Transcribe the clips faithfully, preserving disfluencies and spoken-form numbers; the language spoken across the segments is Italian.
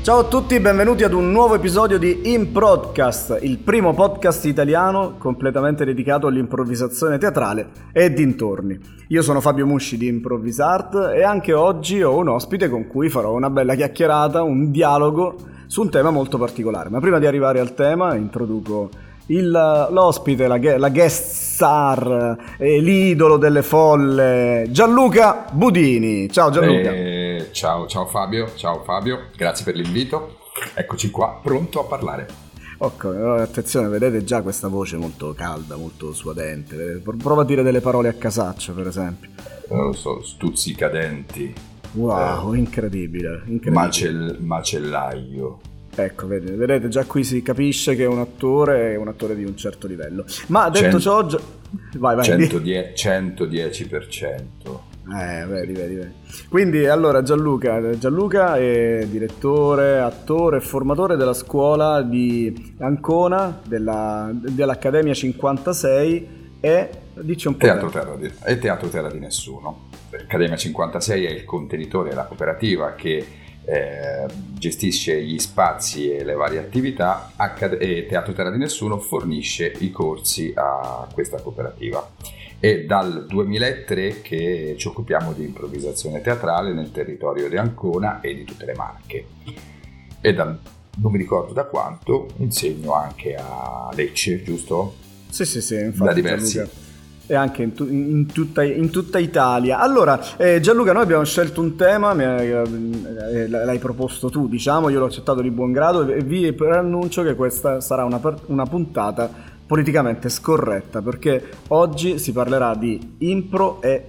Ciao a tutti, benvenuti ad un nuovo episodio di Improdcast, il primo podcast italiano completamente dedicato all'improvvisazione teatrale e dintorni. Io sono Fabio Musci di Improvvisart e anche oggi ho un ospite con cui farò una bella chiacchierata, un dialogo su un tema molto particolare. Ma prima di arrivare al tema introduco il, l'ospite, la, la guest star, eh, l'idolo delle folle, Gianluca Budini. Ciao Gianluca. Eh... Ciao, ciao Fabio, ciao Fabio, grazie per l'invito, eccoci qua, pronto a parlare. Ok, attenzione, vedete già questa voce molto calda, molto suadente, prova a dire delle parole a casaccio per esempio. Non lo so, stuzzicadenti. Wow, eh, incredibile, incredibile. Macell- macellaio. Ecco, vedete, vedete, già qui si capisce che è un attore, è un attore di un certo livello. Ma detto Cent- ciò, gi- vai vai. centodieci, centodieci per cento. Eh, vedi, vedi, vedi. Quindi, allora, Gianluca, Gianluca è direttore, attore e formatore della scuola di Ancona, della, dell'Accademia cinquantasei e, dici un po'. Teatro Terra di, e Teatro Terra di Nessuno. L'Accademia cinquantasei è il contenitore, la cooperativa che eh, gestisce gli spazi e le varie attività, e Teatro Terra di Nessuno fornisce i corsi a questa cooperativa. È dal duemilatré che ci occupiamo di improvvisazione teatrale nel territorio di Ancona e di tutte le Marche. E dal, non mi ricordo da quanto, insegno anche a Lecce, giusto? Sì, sì, sì, infatti. Da diversi. Gianluca. E anche in, tu, in, tutta, in tutta Italia. Allora, eh, Gianluca, noi abbiamo scelto un tema, mi, eh, l'hai proposto tu, diciamo, io l'ho accettato di buon grado e vi preannuncio che questa sarà una, una puntata politicamente scorretta, perché oggi si parlerà di impro e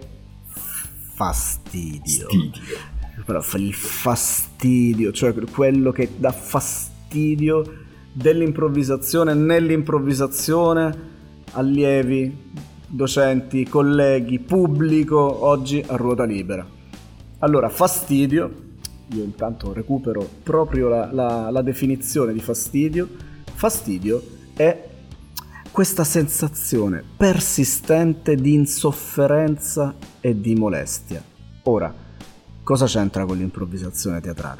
fastidio. Fastidio. Però il fastidio, cioè quello che dà fastidio dell'improvvisazione, nell'improvvisazione, allievi, docenti, colleghi, pubblico, oggi a ruota libera. Allora, fastidio, io intanto recupero proprio la, la, la definizione di fastidio. Fastidio è questa sensazione persistente di insofferenza e di molestia. Ora, cosa c'entra con l'improvvisazione teatrale?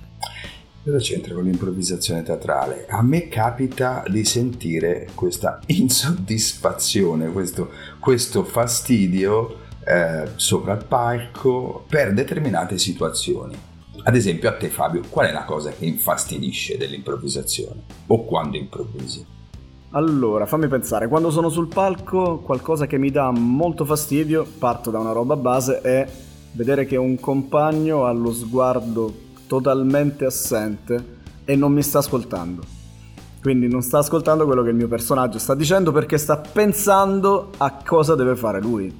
Cosa c'entra con l'improvvisazione teatrale? A me capita di sentire questa insoddisfazione, questo, questo fastidio eh, sopra il palco per determinate situazioni. Ad esempio, a te Fabio, qual è la cosa che infastidisce dell'improvvisazione? O quando improvvisi? Allora, fammi pensare, quando sono sul palco qualcosa che mi dà molto fastidio, parto da una roba base, è vedere che un compagno ha lo sguardo totalmente assente e non mi sta ascoltando. Quindi non sta ascoltando quello che il mio personaggio sta dicendo perché sta pensando a cosa deve fare lui.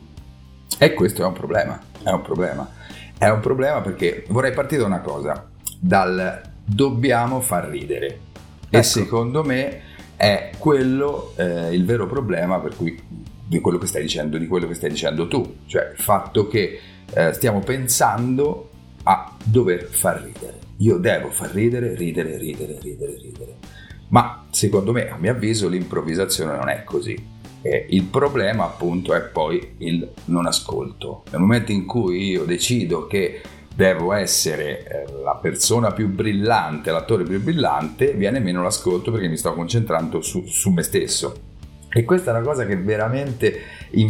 E questo è un problema, è un problema. È un problema perché vorrei partire da una cosa, dal dobbiamo far ridere. Ecco. E secondo me è quello eh, il vero problema per cui di quello che stai dicendo, di quello che stai dicendo tu, cioè il fatto che eh, stiamo pensando a dover far ridere. Io devo far ridere, ridere, ridere, ridere, ridere. Ma secondo me, a mio avviso, l'improvvisazione non è così. Eh, il problema appunto è poi il non ascolto. Nel momento in cui io decido che devo essere eh, la persona più brillante, l'attore più brillante, viene meno l'ascolto perché mi sto concentrando su, su me stesso. E questa è una cosa che veramente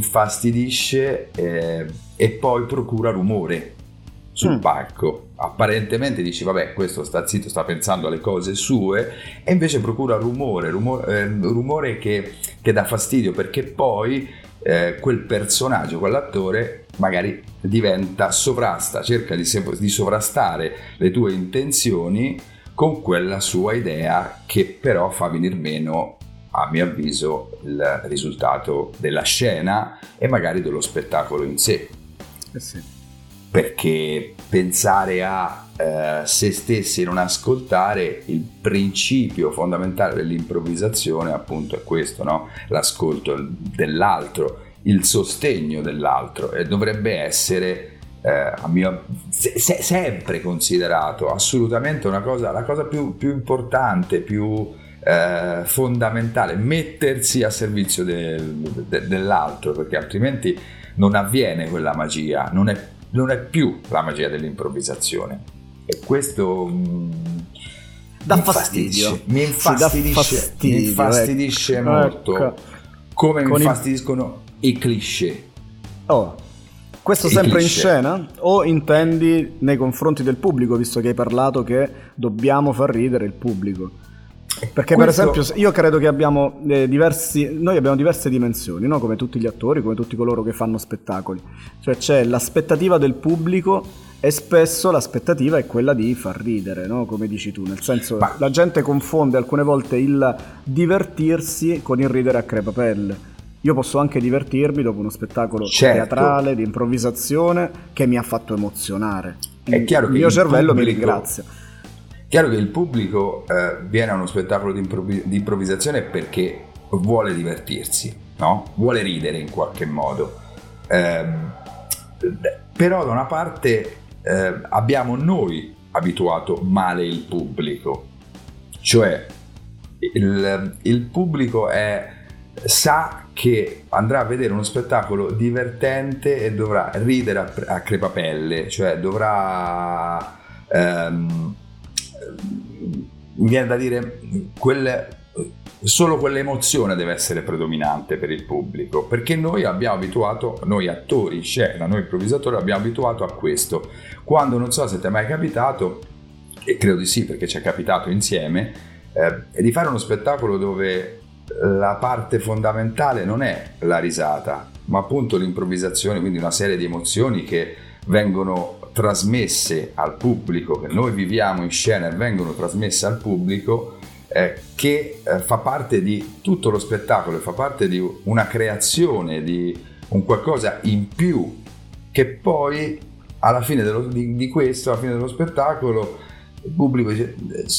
infastidisce eh, e poi procura rumore sul mm. palco. Apparentemente dici vabbè, questo sta zitto, sta pensando alle cose sue, e invece procura rumore, rumore, eh, rumore che, che dà fastidio perché poi eh, quel personaggio, quell'attore magari diventa sovrasta, cerca di, di sovrastare le tue intenzioni con quella sua idea che però fa venir meno, a mio avviso, il risultato della scena e magari dello spettacolo in sé. Eh sì. Perché pensare a eh, se stessi e non ascoltare, il principio fondamentale dell'improvvisazione appunto è questo, no? L'ascolto dell'altro, il sostegno dell'altro, e dovrebbe essere eh, a mio, se, se, sempre considerato assolutamente una cosa, la cosa più, più importante, più eh, fondamentale, mettersi a servizio del, de, dell'altro, perché altrimenti non avviene quella magia, non è non è più la magia dell'improvvisazione. E questo mh, dà fastidio. Mi infastidisce, sì, fastidio, mi infastidisce ecco. molto ecco. come Con mi infastidiscono i, i cliché. Oh, questo I sempre cliché. In scena? O intendi nei confronti del pubblico, visto che hai parlato che dobbiamo far ridere il pubblico? Perché questo... per esempio io credo che abbiamo eh, diversi noi abbiamo diverse dimensioni, no? Come tutti gli attori, come tutti coloro che fanno spettacoli. Cioè c'è l'aspettativa del pubblico e spesso l'aspettativa è quella di far ridere, no? Come dici tu, nel senso Ma... la gente confonde alcune volte il divertirsi con il ridere a crepapelle. Io posso anche divertirmi dopo uno spettacolo certo. teatrale, di improvvisazione che mi ha fatto emozionare. È chiaro il che mio il cervello pubblico... mi ringrazia. Chiaro che il pubblico eh, viene a uno spettacolo di, improv- di improvvisazione perché vuole divertirsi, no? Vuole ridere in qualche modo. Eh, però da una parte eh, abbiamo noi abituato male il pubblico, cioè il, il pubblico è, sa che andrà a vedere uno spettacolo divertente e dovrà ridere a, a crepapelle, cioè dovrà... Ehm, mi viene da dire quelle, solo quell'emozione deve essere predominante per il pubblico, perché noi abbiamo abituato, noi attori in scena, noi improvvisatori abbiamo abituato a questo, quando non so se ti è mai capitato, e credo di sì perché ci è capitato insieme, eh, di fare uno spettacolo dove la parte fondamentale non è la risata ma appunto l'improvvisazione, quindi una serie di emozioni che vengono trasmesse al pubblico, che noi viviamo in scena e vengono trasmesse al pubblico, eh, che eh, fa parte di tutto lo spettacolo, fa parte di una creazione, di un qualcosa in più, che poi alla fine dello, di, di questo, alla fine dello spettacolo, il pubblico dice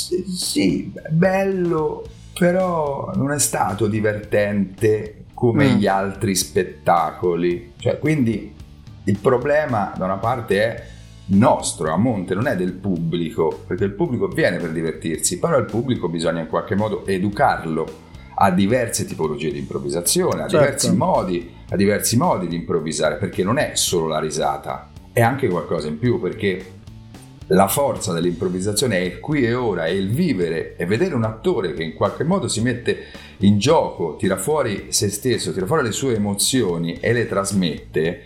sì, bello, però non è stato divertente come mm. gli altri spettacoli. Cioè, quindi il problema da una parte è nostro, a monte, non è del pubblico, perché il pubblico viene per divertirsi, però il pubblico bisogna in qualche modo educarlo a diverse tipologie di improvvisazione, a certo. diversi modi, a diversi modi di improvvisare, perché non è solo la risata, è anche qualcosa in più, perché la forza dell'improvvisazione è il qui e ora, è il vivere e vedere un attore che in qualche modo si mette in gioco, tira fuori se stesso, tira fuori le sue emozioni e le trasmette,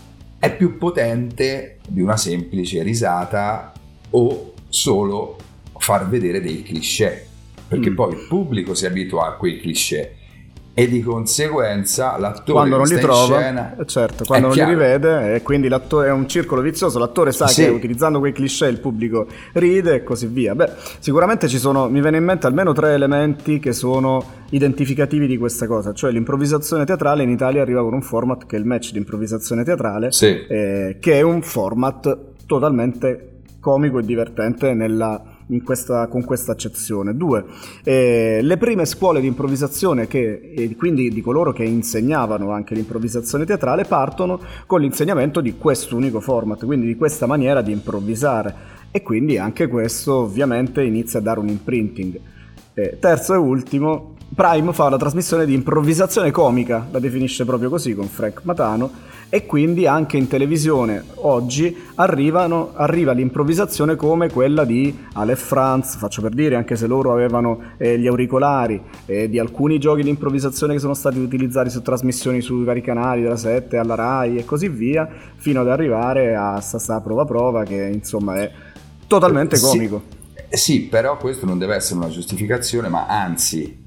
è più potente di una semplice risata o solo far vedere dei cliché, perché mm. poi il pubblico si abitua a quei cliché e di conseguenza l'attore quando non li trova, in scena, certo, quando non li rivede, e quindi l'attore è un circolo vizioso, l'attore sa sì. che utilizzando quei cliché il pubblico ride e così via. Beh, sicuramente ci sono, mi viene in mente almeno tre elementi che sono identificativi di questa cosa, cioè l'improvvisazione teatrale in Italia arriva con un format che è il match di improvvisazione teatrale, sì. eh, che è un format totalmente comico e divertente nella in questa, con questa accezione. Due, eh, le prime scuole di improvvisazione che, e quindi di coloro che insegnavano anche l'improvvisazione teatrale, partono con l'insegnamento di questo unico format, quindi di questa maniera di improvvisare, e quindi anche questo ovviamente inizia a dare un imprinting. Eh, terzo e ultimo, Prime fa la trasmissione di improvvisazione comica, la definisce proprio così, con Frank Matano, e quindi anche in televisione oggi arrivano, arriva l'improvvisazione come quella di Aleph Franz, faccio per dire, anche se loro avevano eh, gli auricolari, eh, di alcuni giochi di improvvisazione che sono stati utilizzati su trasmissioni sui vari canali della sette, alla Rai e così via, fino ad arrivare a Sassà Prova Prova, che insomma è totalmente comico. Sì, sì, però questo non deve essere una giustificazione, ma anzi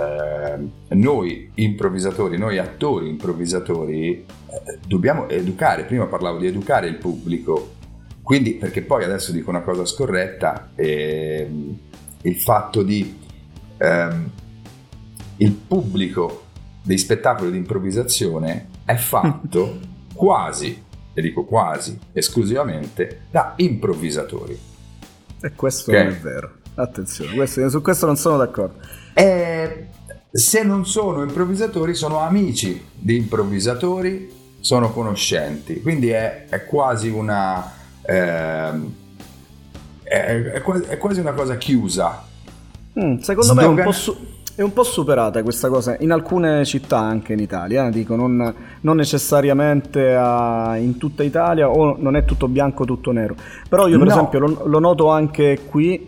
eh, noi improvvisatori, noi attori improvvisatori eh, dobbiamo educare. Prima parlavo di educare il pubblico, quindi, perché poi adesso dico una cosa scorretta, eh, il fatto di eh, il pubblico dei spettacoli di improvvisazione è fatto quasi, e dico quasi esclusivamente, da improvvisatori. E questo okay. non è vero, attenzione, questo, su questo non sono d'accordo. E se non sono improvvisatori, sono amici di improvvisatori, sono conoscenti, quindi è, è quasi una eh, è, è, quasi, è quasi una cosa chiusa. Mm, secondo Sdogan- me è un po' su- è un po' superata questa cosa in alcune città, anche in Italia, dico, non, non necessariamente a, in tutta Italia, o non è tutto bianco tutto nero, però io per no. esempio lo, lo noto anche qui.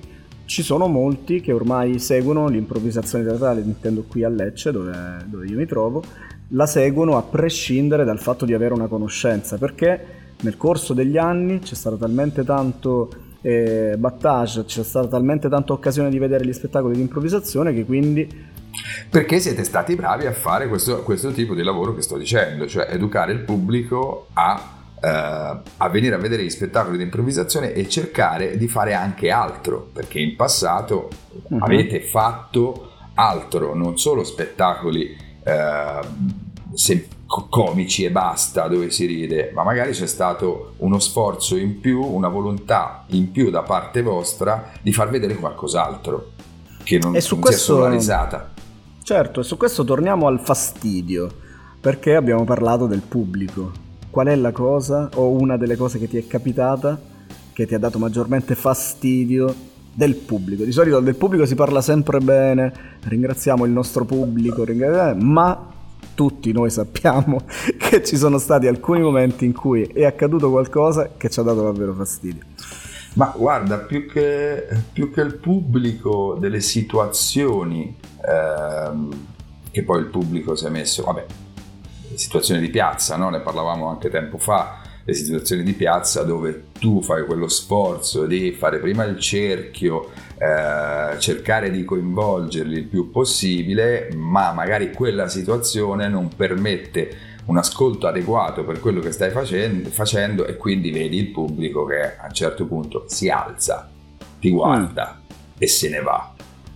ci sono molti che ormai seguono l'improvvisazione teatrale, intendo qui a Lecce, dove, dove io mi trovo, la seguono a prescindere dal fatto di avere una conoscenza, perché nel corso degli anni c'è stato talmente tanto eh, battage, c'è stata talmente tanta occasione di vedere gli spettacoli di improvvisazione che quindi... Perché siete stati bravi a fare questo, questo tipo di lavoro che sto dicendo, cioè educare il pubblico a, eh, a venire a vedere gli spettacoli di improvvisazione e cercare di fare anche altro, perché in passato uh-huh. avete fatto altro, non solo spettacoli eh, se, comici e basta dove si ride, ma magari c'è stato uno sforzo in più, una volontà in più da parte vostra di far vedere qualcos'altro che non, e su non questo, sia solo la risata. Certo, e su questo torniamo al fastidio, perché abbiamo parlato del pubblico. Qual è la cosa o una delle cose che ti è capitata che ti ha dato maggiormente fastidio del pubblico? Di solito del pubblico si parla sempre bene, ringraziamo il nostro pubblico, ringraziamo, ma tutti noi sappiamo che ci sono stati alcuni momenti in cui è accaduto qualcosa che ci ha dato davvero fastidio. Ma guarda, più che, più che il pubblico, delle situazioni ehm, che poi il pubblico si è messo, vabbè, le situazioni di piazza, no? Ne parlavamo anche tempo fa, le situazioni di piazza dove tu fai quello sforzo di fare prima il cerchio, eh, cercare di coinvolgerli il più possibile, ma magari quella situazione non permette un ascolto adeguato per quello che stai facendo, facendo e quindi vedi il pubblico che a un certo punto si alza, ti guarda mm. e se ne va.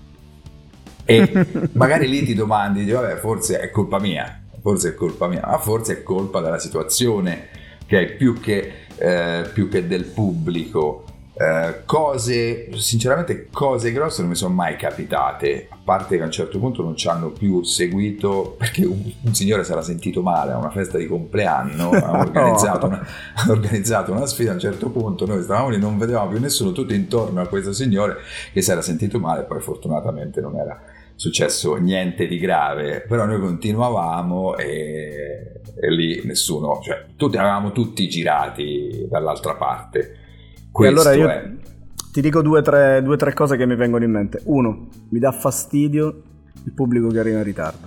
E magari lì ti domandi, dici, vabbè, forse è colpa mia, forse è colpa mia, ma forse è colpa della situazione, che è più che, eh, più che del pubblico. Eh, cose, sinceramente cose grosse non mi sono mai capitate, a parte che a un certo punto non ci hanno più seguito perché un, un signore si era sentito male a una festa di compleanno, ha organizzato, una, ha organizzato una sfida. A un certo punto noi stavamo lì, non vedevamo più nessuno, tutti intorno a questo signore che si era sentito male, poi fortunatamente non era successo niente di grave, però noi continuavamo e, e lì nessuno, cioè tutti, avevamo tutti girati dall'altra parte. Questo e allora io è. Ti dico due tre, due, tre cose che mi vengono in mente. Uno, mi dà fastidio il pubblico che arriva in ritardo.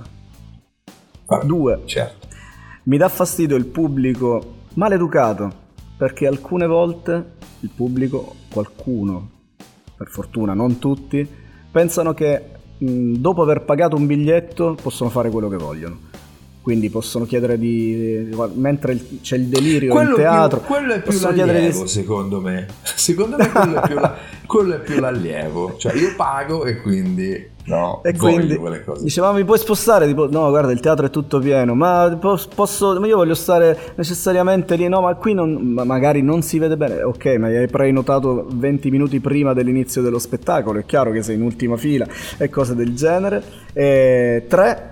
Ah, Due, certo. mi dà fastidio il pubblico maleducato, perché alcune volte il pubblico, qualcuno, per fortuna non tutti, pensano che mh, dopo aver pagato un biglietto possono fare quello che vogliono. Quindi possono chiedere di, mentre c'è il delirio quello in teatro, più, quello è più l'allievo di... secondo me secondo me quello è più, la, quello è più l'allievo, cioè io pago e quindi no, e quindi quelle cose. Dice, ma mi puoi spostare? Tipo, no, guarda, il teatro è tutto pieno, ma posso, ma io voglio stare necessariamente lì, no, ma qui non, ma magari non si vede bene. Ok, ma hai prenotato venti minuti prima dell'inizio dello spettacolo, è chiaro che sei in ultima fila e cose del genere. E tre,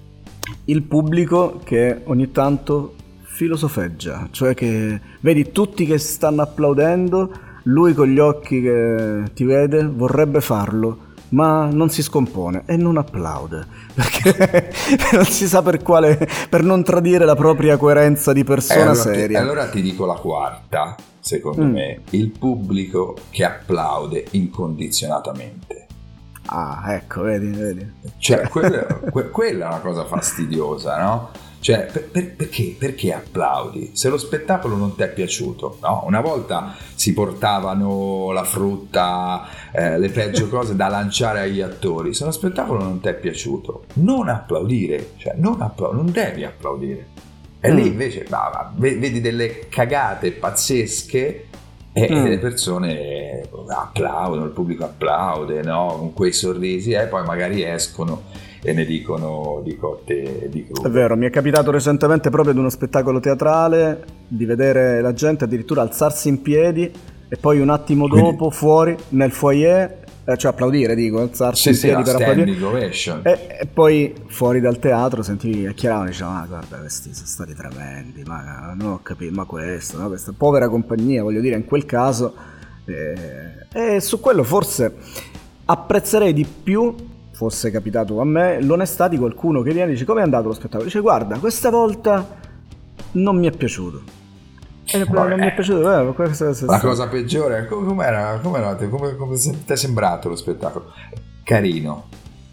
il pubblico che ogni tanto filosofeggia, cioè che vedi tutti che stanno applaudendo, lui con gli occhi che ti vede vorrebbe farlo, ma non si scompone e non applaude perché non si sa per quale, per non tradire la propria coerenza di persona eh, allora seria. Ti, allora ti dico la quarta, secondo mm. me, il pubblico che applaude incondizionatamente. Ah, ecco, vedi, vedi. Cioè, quella, que, quella è una cosa fastidiosa, no? Cioè, per, per, perché, perché applaudi? Se lo spettacolo non ti è piaciuto, no? Una volta si portavano la frutta, eh, le peggio cose da lanciare agli attori. Se lo spettacolo non ti è piaciuto, non applaudire, cioè non, appla- non devi applaudire. E mm. lì invece, bah, bah, vedi delle cagate pazzesche e mm. le persone applaudono, il pubblico applaude, no? Con quei sorrisi e poi magari escono e ne dicono di cotte e di crude. È vero, mi è capitato recentemente proprio ad uno spettacolo teatrale di vedere la gente addirittura alzarsi in piedi e poi un attimo Quindi... dopo fuori nel foyer, eh, cioè applaudire, dico, alzarsi sì, in piedi sì, per applaudire ovation. E, e poi fuori dal teatro sentivi che chiaravano e dicevano, ah guarda, questi sono stati tremendi, ma non ho capito, ma questo, no? Questa povera compagnia, voglio dire, in quel caso eh, e su quello forse apprezzerei di più, fosse capitato a me, l'onestà di qualcuno che viene e dice, come è andato lo spettacolo? Dice, guarda, questa volta non mi è piaciuto, Eh, non mi è piaciuto. Eh, questo, questo, la cosa peggiore, come era? Come, come, come ti è sembrato lo spettacolo? Carino.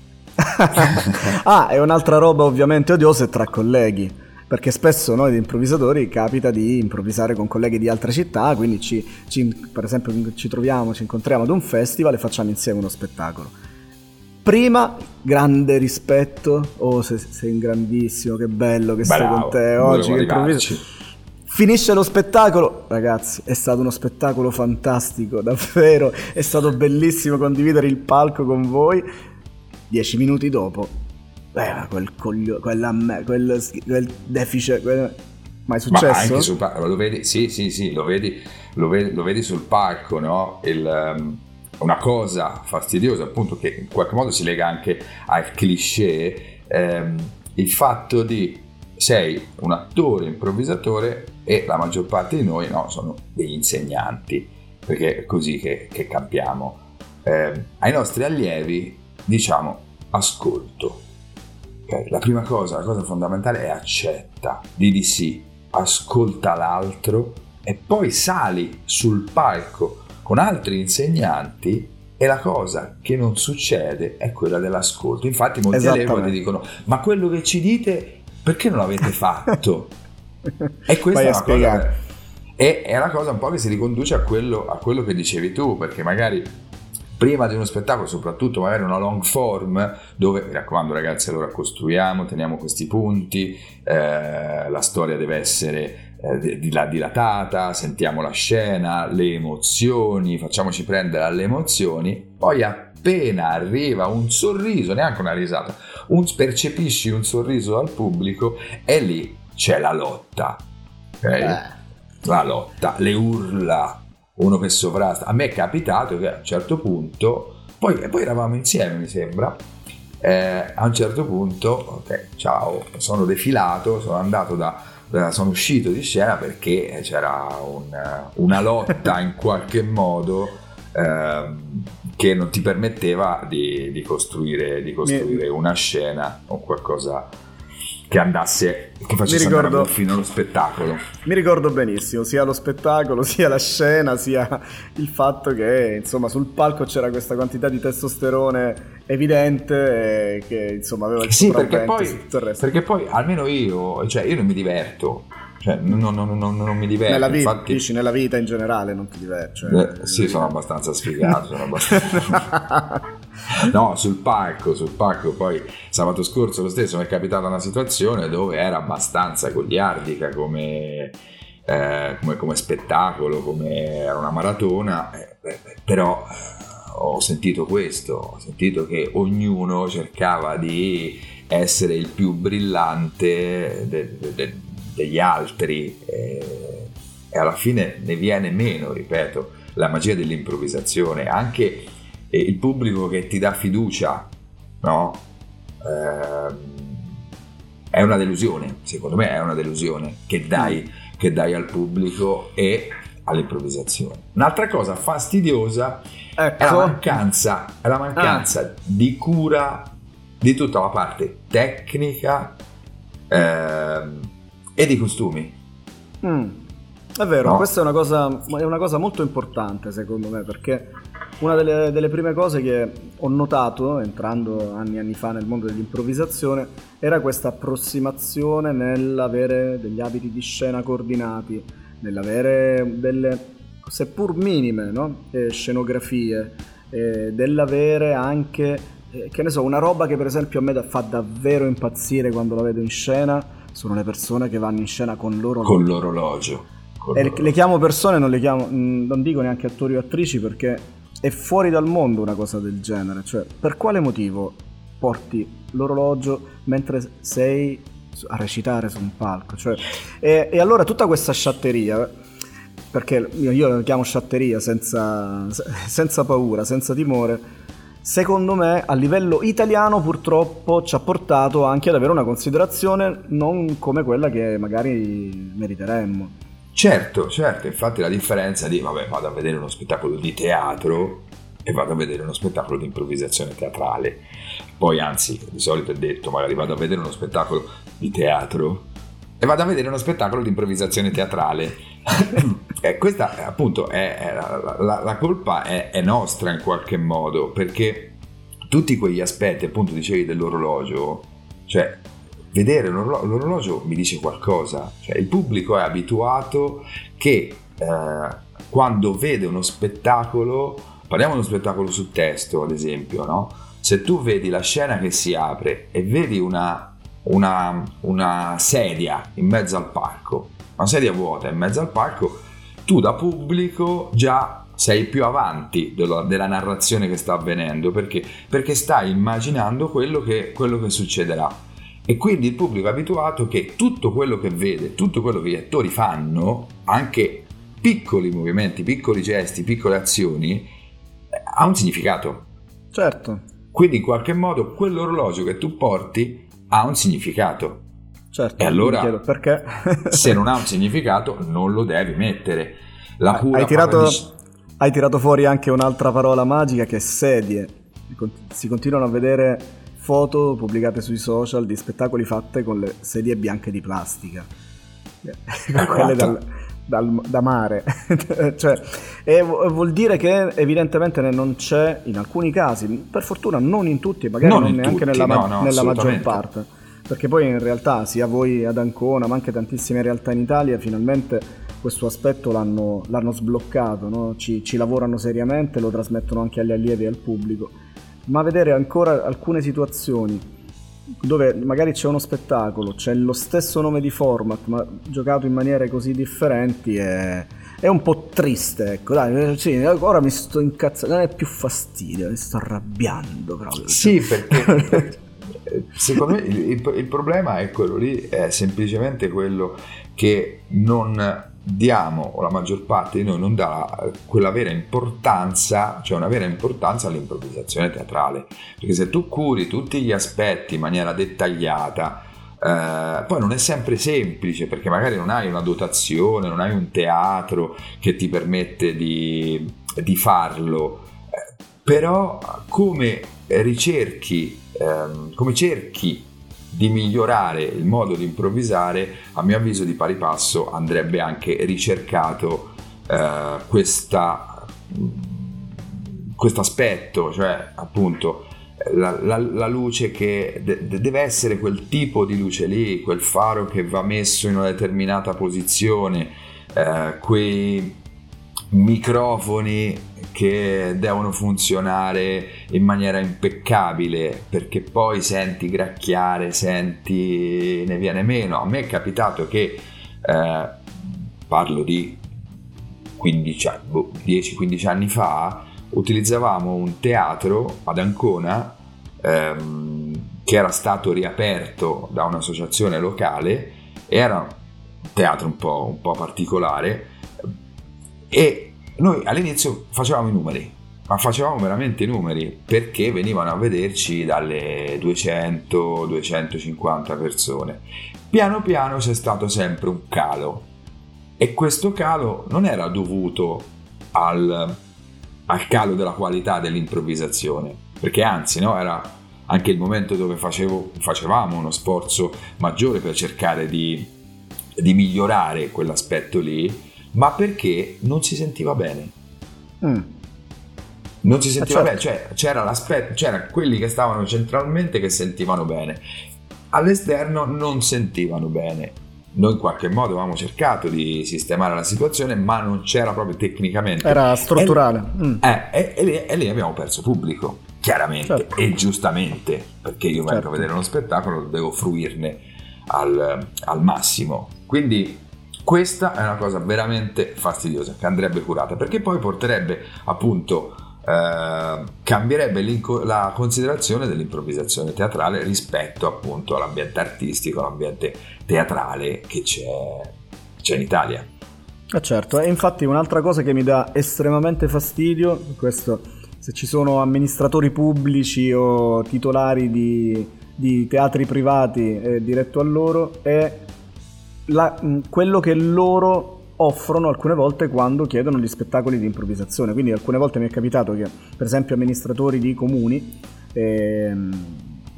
Ah, e un'altra roba ovviamente odiosa è tra colleghi, perché spesso noi improvvisatori capita di improvvisare con colleghi di altre città, quindi ci, ci, per esempio ci troviamo, ci incontriamo ad un festival e facciamo insieme uno spettacolo. Prima, grande rispetto, oh sei, sei grandissimo, che bello che stai con te oggi, che improvvisi. Finisce lo spettacolo, ragazzi, è stato uno spettacolo fantastico, davvero, è stato bellissimo condividere il palco con voi. Dieci minuti dopo, eh, quel coglio, quella me, quel, quel deficit, quel... mai successo? Ma anche sul palco, lo vedi, sì, sì, sì, lo vedi, lo vedi, lo vedi sul palco, no? Il, um, una cosa fastidiosa, appunto, che in qualche modo si lega anche al cliché, ehm, il fatto di sei un attore improvvisatore e la maggior parte di noi, no, sono degli insegnanti, perché è così che, che campiamo. Eh, ai nostri allievi diciamo ascolto, okay? La prima cosa, la cosa fondamentale è accetta, di di sì, ascolta l'altro e poi sali sul palco con altri insegnanti e la cosa che non succede è quella dell'ascolto. Infatti molti allievi ti dicono ma quello che ci dite perché non l'avete fatto? E questa è una cosa, è, è una cosa un po' che si riconduce a quello, a quello che dicevi tu, perché magari prima di uno spettacolo, soprattutto magari una long form, dove, mi raccomando ragazzi, allora costruiamo, teniamo questi punti, eh, la storia deve essere eh, dilatata, sentiamo la scena, le emozioni, facciamoci prendere alle emozioni, poi appena arriva un sorriso, neanche una risata, un, percepisci un sorriso dal pubblico e lì c'è la lotta, okay? eh. La lotta, le urla, uno che sovrasta. A me è capitato che a un certo punto, poi, poi eravamo insieme mi sembra, eh, a un certo punto, ok, ciao, sono defilato, sono andato da, da sono uscito di scena perché c'era un, una lotta in qualche modo eh, che non ti permetteva di, di costruire, di costruire una scena o qualcosa che andasse, che facesse ricordo, andare a buon fine lo spettacolo. Mi ricordo benissimo sia lo spettacolo, sia la scena, sia il fatto che insomma sul palco c'era questa quantità di testosterone evidente e che insomma aveva il sì, perché poi, su tutto il resto. Perché poi almeno io, cioè io non mi diverto, cioè non, non, non, non, non mi diverto. Nella vita, infatti, dici, nella vita in generale non ti diverti? Cioè, eh, sì, sono abbastanza sfigato, sono abbastanza... No, sul palco, sul palco poi sabato scorso lo stesso mi è capitata una situazione dove era abbastanza goliardica come, eh, come, come spettacolo, come era una maratona, eh, però eh, ho sentito questo, ho sentito che ognuno cercava di essere il più brillante de, de, de, degli altri eh, e alla fine ne viene meno, ripeto, la magia dell'improvvisazione, anche il pubblico che ti dà fiducia, no? Eh, è una delusione, secondo me è una delusione che dai, che dai al pubblico e all'improvvisazione. Un'altra cosa fastidiosa ecco. è la mancanza, è la mancanza ah. di cura di tutta la parte tecnica eh, e di costumi. Mm. È vero, no? Questa è una cosa, è una cosa molto importante secondo me, perché una delle, delle prime cose che ho notato entrando anni e anni fa nel mondo dell'improvvisazione era questa approssimazione nell'avere degli abiti di scena coordinati, nell'avere delle, seppur minime, no? eh, scenografie, eh, dell'avere anche, eh, che ne so, una roba che per esempio a me da, fa davvero impazzire quando la vedo in scena, sono le persone che vanno in scena con l'orologio. Con l'orologio. E le chiamo persone, non le chiamo, non dico neanche attori o attrici, perché è fuori dal mondo una cosa del genere. Cioè, per quale motivo porti l'orologio mentre sei a recitare su un palco? Cioè, e, e allora tutta questa sciatteria, perché io, io la chiamo sciatteria senza, senza paura, senza timore, secondo me a livello italiano purtroppo ci ha portato anche ad avere una considerazione non come quella che magari meriteremmo. Certo, certo, infatti la differenza di, vabbè, vado a vedere uno spettacolo di teatro e vado a vedere uno spettacolo di improvvisazione teatrale. Poi anzi, di solito è detto, magari vado a vedere uno spettacolo di teatro e vado a vedere uno spettacolo di improvvisazione teatrale. E questa appunto è, è la, la, la colpa è, è nostra in qualche modo, perché tutti quegli aspetti, appunto dicevi dell'orologio, cioè vedere l'orologio, l'orologio mi dice qualcosa, cioè il pubblico è abituato che eh, quando vede uno spettacolo, parliamo di uno spettacolo su testo ad esempio, no? Se tu vedi la scena che si apre e vedi una, una, una sedia in mezzo al palco, una sedia vuota in mezzo al palco, tu da pubblico già sei più avanti della, della narrazione che sta avvenendo, perché, perché stai immaginando quello che, quello che succederà, e quindi il pubblico è abituato che tutto quello che vede, tutto quello che gli attori fanno, anche piccoli movimenti, piccoli gesti, piccole azioni, ha un significato. Certo. Quindi in qualche modo quell'orologio che tu porti ha un significato. Certo. E allora perché? Se non ha un significato non lo devi mettere. La pura hai tirato, di... hai tirato fuori anche un'altra parola magica, che è sedie. Si continuano a vedere foto pubblicate sui social di spettacoli fatte con le sedie bianche di plastica, quelle dal, dal, da mare. Cioè, e vuol dire che evidentemente non c'è, in alcuni casi, per fortuna non in tutti, magari non, non neanche tutti, nella, no, no, nella maggior parte, perché poi in realtà sia voi ad Ancona ma anche tantissime realtà in Italia finalmente questo aspetto l'hanno, l'hanno sbloccato, no? ci, ci lavorano seriamente, lo trasmettono anche agli allievi e al pubblico. Ma vedere ancora alcune situazioni dove magari c'è uno spettacolo, c'è lo stesso nome di format ma giocato in maniere così differenti, è, è un po' triste, ecco. Dai, sì, ora mi sto incazzando, non è più fastidio, mi sto arrabbiando proprio. Sì, perché secondo me il, il, il problema è quello lì, è semplicemente quello che non diamo, o la maggior parte di noi non dà quella vera importanza, cioè una vera importanza all'improvvisazione teatrale, perché se tu curi tutti gli aspetti in maniera dettagliata, eh, poi non è sempre semplice, perché magari non hai una dotazione, non hai un teatro che ti permette di, di farlo, eh, però come ricerchi, ehm, come cerchi di migliorare il modo di improvvisare, a mio avviso di pari passo andrebbe anche ricercato eh, questa questo aspetto, cioè appunto la, la, la luce che de- deve essere quel tipo di luce lì, quel faro che va messo in una determinata posizione, eh, quei microfoni che devono funzionare in maniera impeccabile, perché poi senti gracchiare, senti ne viene meno. A me è capitato che eh, parlo di quindici, dieci quindici anni fa, utilizzavamo un teatro ad Ancona ehm, che era stato riaperto da un'associazione locale, era un teatro un po', un po' particolare, e noi all'inizio facevamo i numeri, ma facevamo veramente i numeri, perché venivano a vederci dalle duecento duecentocinquanta persone. Piano piano c'è stato sempre un calo, e questo calo non era dovuto al, al calo della qualità dell'improvvisazione, perché anzi, no, era anche il momento dove facevo, facevamo uno sforzo maggiore per cercare di, di migliorare quell'aspetto lì, ma perché non si sentiva bene. Mm. Non si sentiva bene, cioè c'era l'aspetto, c'era quelli che stavano centralmente che sentivano bene, all'esterno non sentivano bene. Noi in qualche modo avevamo cercato di sistemare la situazione, ma non c'era proprio tecnicamente, era strutturale. E, mm. eh, e, e, lì, e lì abbiamo perso pubblico, chiaramente, certo. E giustamente, perché io vengo certo. a vedere uno spettacolo, devo fruirne al, al massimo. Quindi questa è una cosa veramente fastidiosa che andrebbe curata, perché poi porterebbe appunto eh, cambierebbe la considerazione dell'improvvisazione teatrale rispetto appunto all'ambiente artistico, all'ambiente teatrale che c'è, c'è in Italia. Eh certo, e infatti un'altra cosa che mi dà estremamente fastidio, questo, se ci sono amministratori pubblici o titolari di, di teatri privati eh, diretto a loro, è La, quello che loro offrono alcune volte quando chiedono gli spettacoli di improvvisazione. Quindi alcune volte mi è capitato che per esempio amministratori di comuni ehm,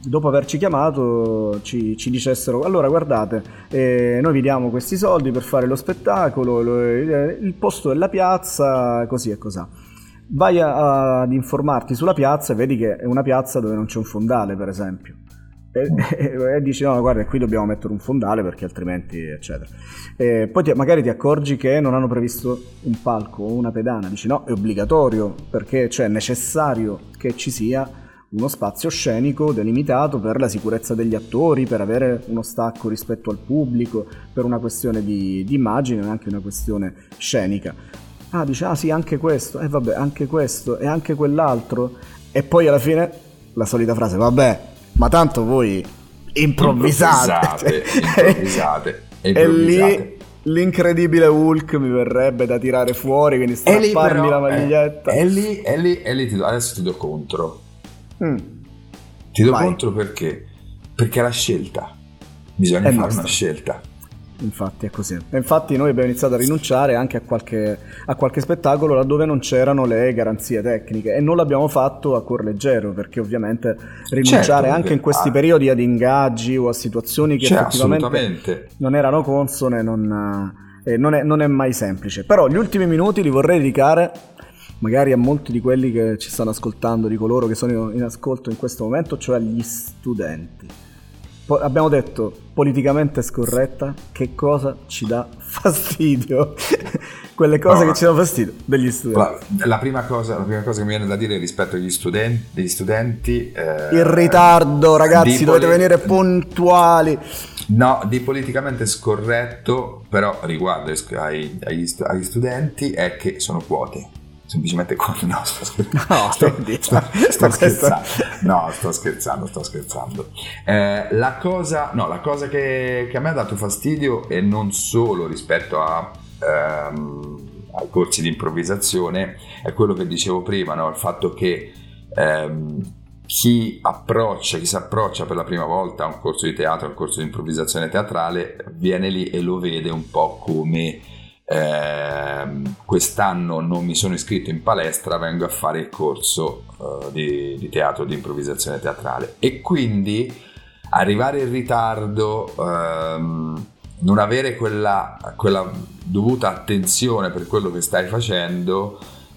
dopo averci chiamato ci, ci dicessero: allora guardate, eh, noi vi diamo questi soldi per fare lo spettacolo, lo, il posto è la piazza, così e così. Vai a, ad informarti sulla piazza e vedi che è una piazza dove non c'è un fondale, per esempio. E, e, e dici: no, guarda, qui dobbiamo mettere un fondale perché altrimenti eccetera. E poi ti, magari ti accorgi che non hanno previsto un palco o una pedana, dici no, è obbligatorio perché cioè, è necessario che ci sia uno spazio scenico delimitato per la sicurezza degli attori, per avere uno stacco rispetto al pubblico, per una questione di, di immagine e anche una questione scenica. Ah, dice, ah sì, anche questo, e eh, vabbè, anche questo e anche quell'altro, e poi alla fine la solita frase: vabbè, ma tanto voi improvvisate, improvvisate, improvvisate, improvvisate. E lì l'incredibile Hulk mi verrebbe da tirare fuori, quindi strapparmi la maglietta. E lì, e lì, e lì ti do, adesso ti do contro. Mm. Ti do Vai. contro perché? Perché è la scelta. Bisogna è fare nostra. una scelta. Infatti è così. E infatti noi abbiamo iniziato a rinunciare anche a qualche, a qualche spettacolo laddove non c'erano le garanzie tecniche, e non l'abbiamo fatto a cuor leggero, perché ovviamente rinunciare certo, anche in questi ah. periodi ad ingaggi o a situazioni che cioè, effettivamente non erano consone non, eh, non, è, non è mai semplice. Però gli ultimi minuti li vorrei dedicare magari a molti di quelli che ci stanno ascoltando, di coloro che sono in ascolto in questo momento, cioè agli studenti. Abbiamo detto politicamente scorretta, che cosa ci dà fastidio? Quelle cose no, che ci danno fastidio degli studenti. La, la, prima cosa, la prima cosa che mi viene da dire rispetto agli studenti, degli studenti eh, il ritardo, ragazzi, dovete poli- venire puntuali. No, di politicamente scorretto, però riguardo ai, agli, agli studenti, è che sono quote. Semplicemente con no, sto scherzando. No, sto, sto, sto scherzando. No, sto scherzando, sto scherzando. Eh, la cosa, no, la cosa che, che a me ha dato fastidio, e non solo rispetto a, ehm, ai corsi di improvvisazione, è quello che dicevo prima, no? Il fatto che ehm, chi approccia, chi si approccia per la prima volta a un corso di teatro, a un corso di improvvisazione teatrale, viene lì e lo vede un po' come Eh, quest'anno non mi sono iscritto in palestra, vengo a fare il corso uh, di, di teatro, di improvvisazione teatrale, e quindi arrivare in ritardo, um, non avere quella, quella dovuta attenzione per quello che stai facendo,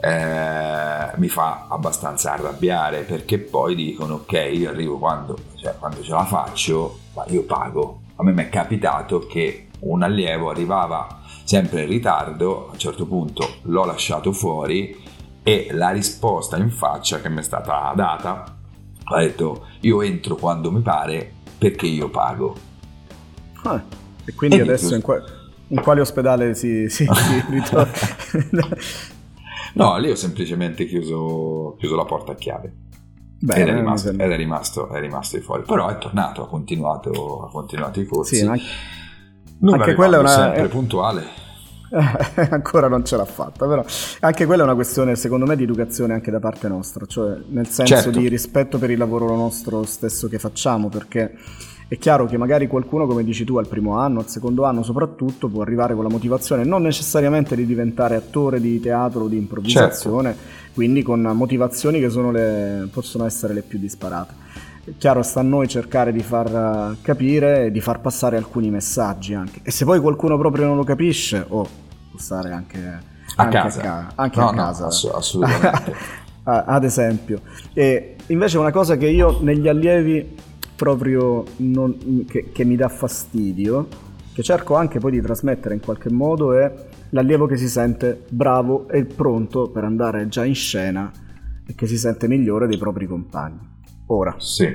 eh, mi fa abbastanza arrabbiare, perché poi dicono ok, io arrivo quando, cioè, quando ce la faccio, ma io pago. A me mi è capitato che un allievo arrivava sempre in ritardo, a un certo punto l'ho lasciato fuori e la risposta in faccia che mi è stata data ha detto: io entro quando mi pare perché io pago. Ah, e quindi e adesso tu... in, qua... in quale ospedale si, si, si ritorna? No, lì ho semplicemente chiuso, chiuso la porta a chiave. Beh, ed, è rimasto, ed è rimasto è rimasto di fuori, però è tornato, ha continuato ha continuato i corsi. Sì, anche, anche quella è una sempre puntuale. Ancora non ce l'ha fatta, però anche quella è una questione secondo me di educazione anche da parte nostra, cioè nel senso certo. di rispetto per il lavoro nostro stesso che facciamo, perché è chiaro che magari qualcuno, come dici tu, al primo anno, al secondo anno soprattutto, può arrivare con la motivazione non necessariamente di diventare attore di teatro o di improvvisazione, certo. quindi con motivazioni che sono le, possono essere le più disparate. È chiaro, sta a noi cercare di far capire e di far passare alcuni messaggi anche, e se poi qualcuno proprio non lo capisce, o oh, può stare anche a anche casa, a ca- anche no, a casa no, ass- assolutamente ad esempio. E invece una cosa che io negli allievi proprio non, che, che mi dà fastidio, che cerco anche poi di trasmettere in qualche modo, è l'allievo che si sente bravo e pronto per andare già in scena e che si sente migliore dei propri compagni. Ora, sì.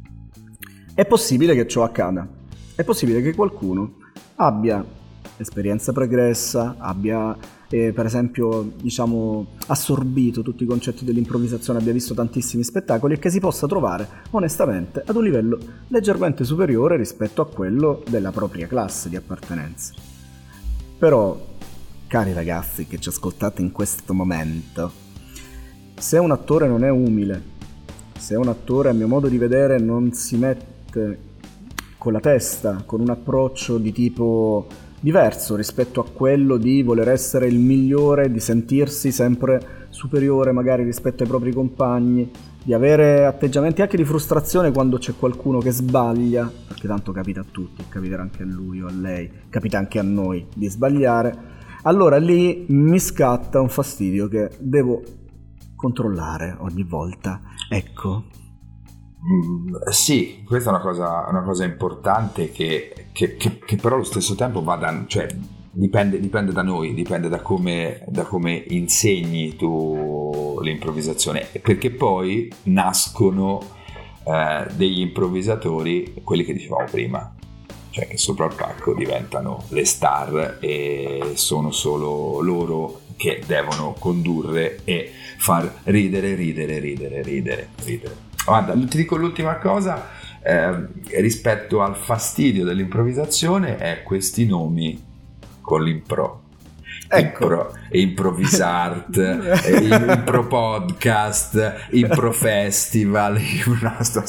È possibile che ciò accada, è possibile che qualcuno abbia esperienza pregressa, abbia eh, per esempio diciamo assorbito tutti i concetti dell'improvvisazione, abbia visto tantissimi spettacoli e che si possa trovare onestamente ad un livello leggermente superiore rispetto a quello della propria classe di appartenenza. Però, cari ragazzi che ci ascoltate in questo momento, se un attore non è umile, se un attore a mio modo di vedere non si mette con la testa, con un approccio di tipo diverso rispetto a quello di voler essere il migliore, di sentirsi sempre superiore magari rispetto ai propri compagni, di avere atteggiamenti anche di frustrazione quando c'è qualcuno che sbaglia, perché tanto capita a tutti, capiterà anche a lui o a lei, capita anche a noi di sbagliare, allora lì mi scatta un fastidio che devo controllare ogni volta, ecco. Mm, sì, questa è una cosa, una cosa importante che, che, che, che però allo stesso tempo va da, cioè, dipende, dipende da noi, dipende da come, da come insegni tu l'improvvisazione, perché poi nascono eh, degli improvvisatori, quelli che dicevamo prima, cioè che sopra il palco diventano le star e sono solo loro che devono condurre e far ridere, ridere, ridere, ridere, ridere. Guarda, ti dico l'ultima cosa eh, rispetto al fastidio dell'improvvisazione è questi nomi con l'impro. Ecco. Impro, improvvisart, impro podcast, impro festival. No, sto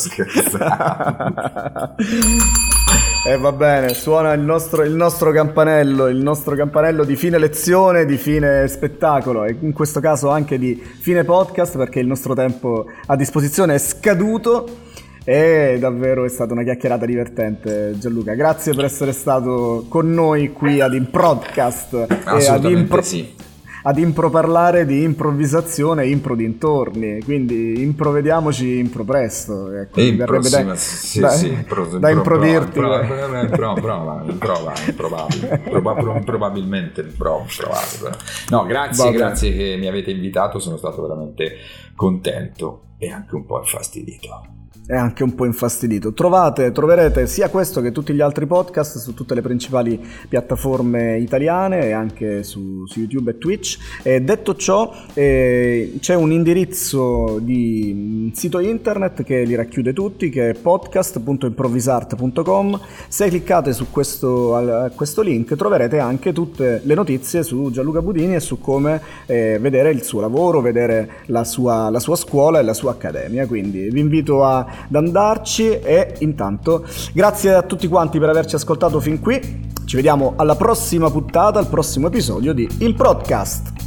scherzando. E eh, va bene, suona il nostro, il nostro campanello, il nostro campanello di fine lezione, di fine spettacolo e in questo caso anche di fine podcast, perché il nostro tempo a disposizione è scaduto. E davvero è stata una chiacchierata divertente, Gianluca. Grazie per essere stato con noi qui ad Improdcast e ad impro, sì. ad impro parlare di improvvisazione e impro dintorni. Quindi improvediamoci impro presto. Ecco, impro, sì, da, sì, da, sì, pro, da improdirti. Prova, prova, prova, prova, prova, improbabile, Proba, probabilmente improbabile. No, grazie, Vabbè. grazie che mi avete invitato, sono stato veramente contento e anche un po' infastidito. È anche un po' infastidito. Trovate, troverete sia questo che tutti gli altri podcast su tutte le principali piattaforme italiane e anche su, su YouTube e Twitch. E detto ciò, eh, c'è un indirizzo di sito internet che li racchiude tutti, che è podcast punto improvvisart punto com. Se cliccate su questo, a questo link troverete anche tutte le notizie su Gianluca Budini e su come eh, vedere il suo lavoro, vedere la sua, la sua scuola e la sua accademia. Quindi vi invito a ad andarci e intanto grazie a tutti quanti per averci ascoltato fin qui. Ci vediamo alla prossima puntata, al prossimo episodio di Improdcast.